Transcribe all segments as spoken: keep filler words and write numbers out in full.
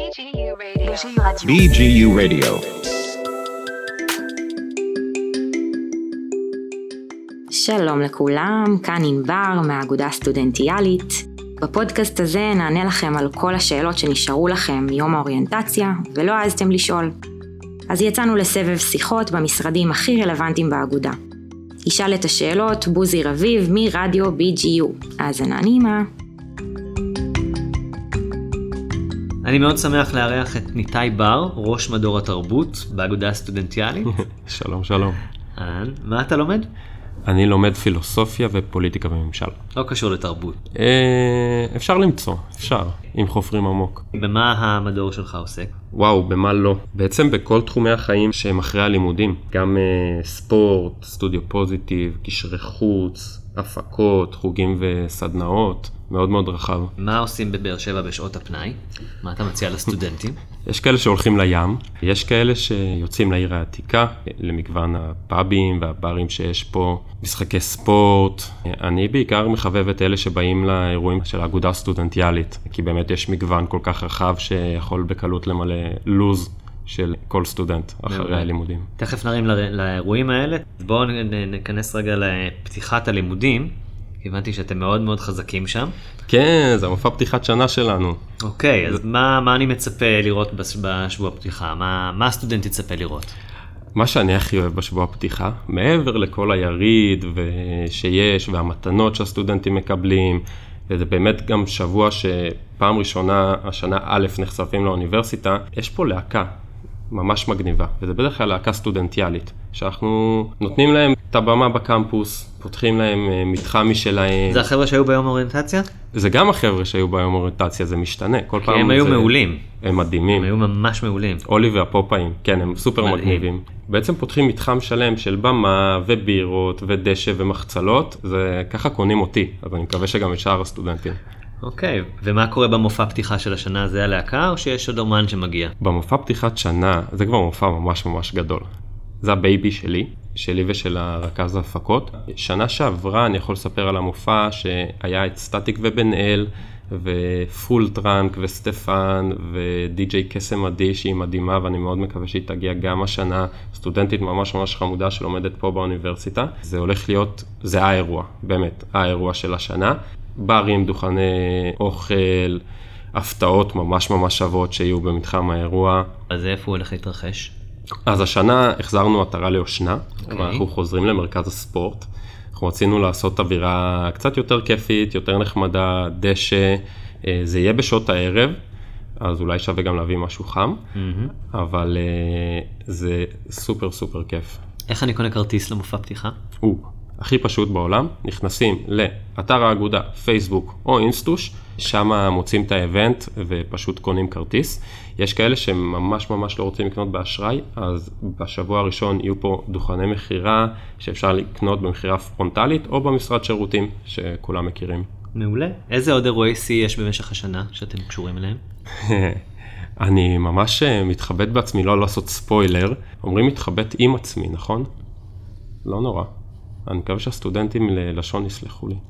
בי ג'י יו Radio. שלום לכולם, כאן ענבר מהאגודה הסטודנטיאלית. בפודקאסט הזה נענה לכם על כל השאלות שנשארו לכם מיום האוריינטציה ולא העזתם לשאול. אז יצאנו לסבב שיחות במשרדים הכי רלוונטיים באגודה. ישאל את השאלות בוזי רביב מרדיו בי ג'י יו. האזנה נעימה. אני מאוד שמח לארח את ניתאי בר, ראש מדור התרבות באגודה הסטודנטיאלית. שלום, שלום. מה אתה לומד? אני לומד פילוסופיה ופוליטיקה וממשל. לא קשור לתרבות. אפשר למצוא, אפשר, אם חופרים עמוק. במה המדור שלך עוסק? וואו, במה לא. בעצם בכל תחומי החיים שהם אחרי הלימודים. גם ספורט, סטודיו פוזיטיב, קשרי חוץ, הפקות, חוגים וסדנאות. מאוד מאוד רחב. מה עושים בבאר שבע בשעות הפנאי? מה אתה מציע לסטודנטים? יש כאלה שהולכים לים, יש כאלה שיוצאים לעיר העתיקה, למגוון הפאבים והברים שיש פה, משחקי ספורט. אני בעיקר מחבב את אלה שבאים לאירועים של האגודה הסטודנטיאלית, כי באמת יש מגוון כל כך רחב שיכול בקלות למלא לוז של כל סטודנט אחרי הלימודים. תכף נרים לאירועים האלה. בואו נכנס רגע לפתיחת הלימודים. הבנתי שאתם מאוד מאוד חזקים שם. כן, זה המופע פתיחת שנה שלנו. אוקיי, אז מה, מה אני מצפה לראות בשבוע פתיחה? מה, מה הסטודנט יצפה לראות? מה שאני הכי אוהב בשבוע פתיחה, מעבר לכל היריד שיש והמתנות שהסטודנטים מקבלים, וזה באמת גם שבוע שפעם ראשונה, השנה א' נחשפים לאוניברסיטה, יש פה להקה ממש מגניבה, וזה בדרך כלל להקה סטודנטיאלית, שאנחנו נותנים להם את הבמה בקמפוס, פותחים להם מתחם משלהם. זה החבר'ה שהיו ביום אוריינטציה? זה גם החבר'ה שהיו ביום אוריינטציה, זה משתנה. כל פעם הם היו זה... מעולים. הם מדהימים. הם היו ממש מעולים. אולי והפופאים, כן, הם סופר מדהים. מגניבים. בעצם פותחים מתחם שלם של במה ובירות ודשא ומחצלות, זה ככה קונים אותי, אז אני מקווה שגם את שאר הסטודנטים. אוקיי, ומה קורה במופע פתיחה של השנה? זה הלהקה או שיש עוד אומן שמגיע? במופע פתיחת שנה, זה כבר מופע ממש ממש גדול. זה הבייבי שלי, שלי ושל הרכז ההפקות. שנה שעברה אני יכול לספר על המופע שהיה את סטטיק ובן אל, ופול טרנק וסטפן, ודי-ג'יי קסם עדי שהיא מדהימה, ואני מאוד מקווה שהיא תגיע גם השנה. סטודנטית ממש ממש חמודה שלומדת פה באוניברסיטה. זה הולך להיות, זה האירוע, באמת, האירוע של השנה. ברים, דוכני אוכל, הפתעות ממש ממש שוות שיהיו במתחם האירוע. אז איפה הוא הולך להתרחש? אז השנה החזרנו עטרה ליושנה, okay. ואנחנו חוזרים למרכז הספורט. אנחנו רצינו לעשות אווירה קצת יותר כיפית, יותר נחמדה, דשא. זה יהיה בשעות הערב, אז אולי שווה גם להביא משהו חם, mm-hmm. אבל זה סופר סופר כיף. איך אני קונה כרטיס למופע פתיחה? או, הכי פשוט בעולם, נכנסים לאתר האגודה, פייסבוק או אינסטוש, שם מוצאים את האבנט ופשוט קונים כרטיס. יש כאלה שממש ממש לא רוצים לקנות באשראי, אז בשבוע הראשון יהיו פה דוכני מחירה שאפשר לקנות במחירה פרונטלית או במשרד שירותים שכולם מכירים. מעולה. איזה עוד אירועי סי יש במשך השנה שאתם קשורים אליהם? אני ממש מתחבט בעצמי לא לעשות ספוילר. אומרים מתחבט עם עצמי, נכון? לא נורא. אני מקווה שהסטודנטים ללשון יסלחו לי.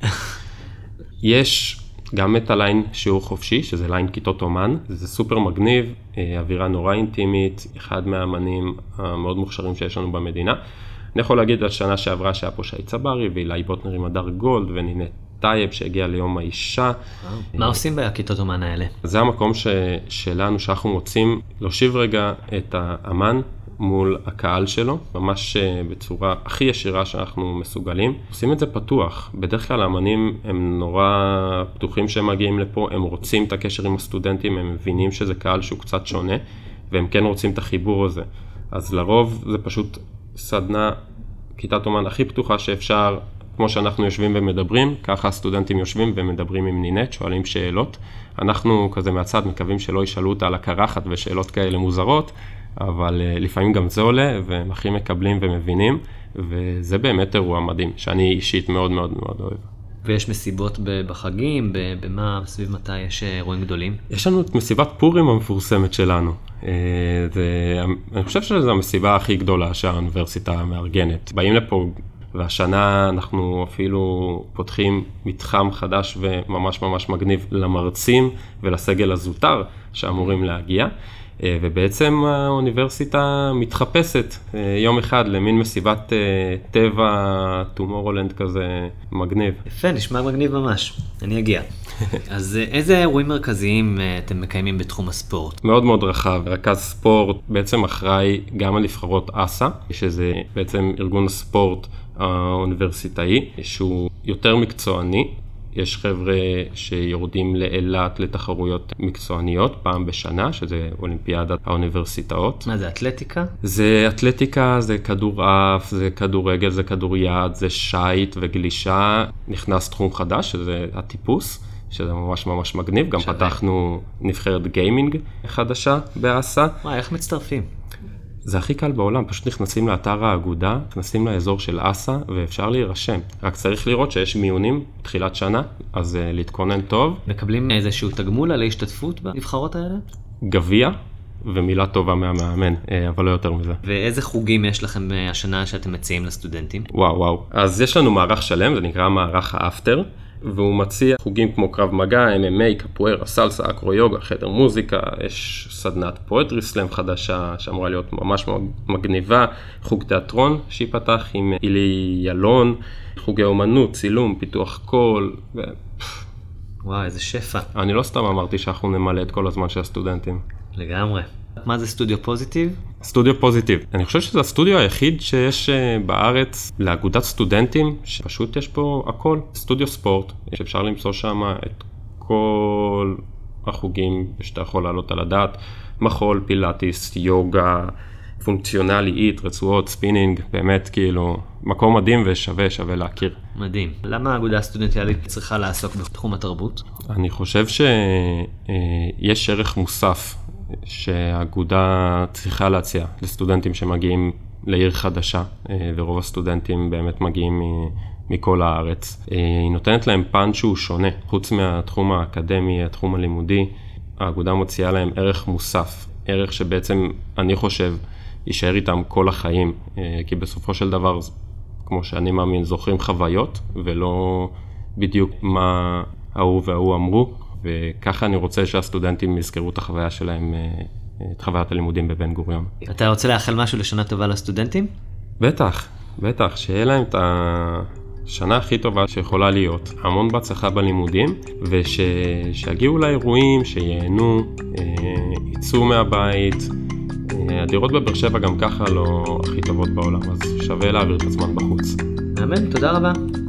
יש גם את הליין שיעור חופשי, שזה ליין כיתות אומן. זה סופר מגניב, אווירה נורא אינטימית, אחד מהאמנים המאוד מוכשרים שיש לנו במדינה. אני יכול להגיד על שנה שעברה שהיה פה שי צברי, ואילי בוטנר עם הדר גולד, ונינת טייב שהגיע ליום האישה. מה עושים בכיתות אומן האלה? זה המקום ש... שלנו, שאנחנו מוצאים להושיב רגע את האמן, מול הקהל שלו, ממש בצורה הכי ישירה שאנחנו מסוגלים. עושים את זה פתוח. בדרך כלל האמנים הם נורא פתוחים שהם מגיעים לפה, הם רוצים את הקשר עם הסטודנטים, הם מבינים שזה קהל שהוא קצת שונה, והם כן רוצים את החיבור הזה. אז לרוב זה פשוט סדנה, כיתת אומן הכי פתוחה שאפשר, כמו שאנחנו יושבים ומדברים, ככה הסטודנטים יושבים ומדברים עם נינת, שואלים שאלות. אנחנו כזה מהצד מקווים שלא ישאלו אותה על הקרחת ושאלות כאלה מוזרות, אבל לפעמים גם זה עולה, והם הכי מקבלים ומבינים, וזה באמת אירוע מדהים, שאני אישית מאוד מאוד מאוד אוהב. ויש מסיבות בחגים, במה, סביב מתי יש אירועים גדולים? יש לנו את מסיבת פורים המפורסמת שלנו. זה, אני חושב שזו המסיבה הכי גדולה שהאוניברסיטה מארגנת. באים לפה, והשנה אנחנו אפילו פותחים מתחם חדש וממש ממש מגניב למרצים ולסגל הזוטר, שאמורים להגיע. ובעצם האוניברסיטה מתחפשת יום אחד למין מסיבת טבע טומורולנד כזה מגניב. יפה, נשמע מגניב ממש. אני אגיע. אז איזה אירועים מרכזיים אתם מקיימים בתחום הספורט? מאוד מאוד רחב. רכז ספורט בעצם אחראי גם על נבחרות אסה, שזה בעצם ארגון הספורט האוניברסיטאי, שהוא יותר מקצועני. יש חבר'ה שיורדים לאילת לתחרויות מקצועניות פעם בשנה, שזה אולימפיאדת האוניברסיטאות. מה זה, אתלטיקה? זה אתלטיקה, זה כדורעף, זה כדורגל, זה כדוריד, זה שייט וגלישה. נכנס תחום חדש, שזה הטיפוס, שזה ממש ממש מגניב. גם שווה. פתחנו נבחרת גיימינג חדשה באסה. וואי, איך מצטרפים? זה הכי קל בעולם, פשוט נכנסים לאתר האגודה, נכנסים לאזור של אסה ואפשר להירשם. רק צריך לראות שיש מיונים תחילת שנה, אז uh, להתכונן טוב. מקבלים איזשהו תגמול על ההשתתפות בנבחרות האלה? גביע ומילה טובה מהמאמן, אבל לא יותר מזה. ואיזה חוגים יש לכם השנה שאתם מציעים לסטודנטים? וואו וואו, אז יש לנו מערך שלם, זה נקרא מערך האפטר. והוא מציע חוגים כמו קרב מגע, אם אם איי, קפוארה, סלסה, אקרו-יוגה, חדר מוזיקה, יש סדנת פואטרי סלאם חדשה שאמורה להיות ממש מגניבה, חוג תיאטרון שיפתח עם אילי ילון, חוגי אומנות, צילום, פיתוח קול. ו... וואו, איזה שפע. אני לא סתם אמרתי שאנחנו נמלא את כל הזמן של הסטודנטים. לגמרי. מה זה סטודיו פוזיטיב? סטודיו פוזיטיב. אני חושב שזה הסטודיו היחיד שיש בארץ לאגודת סטודנטים, שפשוט יש פה הכל. סטודיו ספורט, שאפשר למצוא שם את כל החוגים שאתה יכול לעלות על הדעת. מחול, פילאטיס, יוגה, פונקציונלית, רצועות, ספינינג, באמת כאילו מקום מדהים ושווה שווה להכיר. מדהים. למה האגודה הסטודנטיאלית צריכה לעסוק בתחום התרבות? אני חושב שיש ערך מוסף שהאגודה צריכה להציע לסטודנטים שמגיעים לעיר חדשה, ורוב הסטודנטים באמת מגיעים מכל הארץ. היא נותנת להם פן שהוא שונה, חוץ מהתחום האקדמי, התחום הלימודי, האגודה מוציאה להם ערך מוסף, ערך שבעצם אני חושב יישאר איתם כל החיים, כי בסופו של דבר, כמו שאני מאמין, זוכרים חוויות, ולא בדיוק מה ההוא וההוא אמרו, וככה אני רוצה שהסטודנטים יזכרו את החוויה שלהם, את חוויית הלימודים בבן גוריון. אתה רוצה לאחל משהו לשנה טובה לסטודנטים? בטח, בטח, שיהיה להם את השנה הכי טובה שיכולה להיות. המון בהצלחה בלימודים, ושיגיעו לאירועים, שיהנו, יצאו מהבית. הדירות בבאר שבע גם ככה לא הכי טובות בעולם, אז שווה להעביר את הזמן בחוץ. אמן, תודה רבה.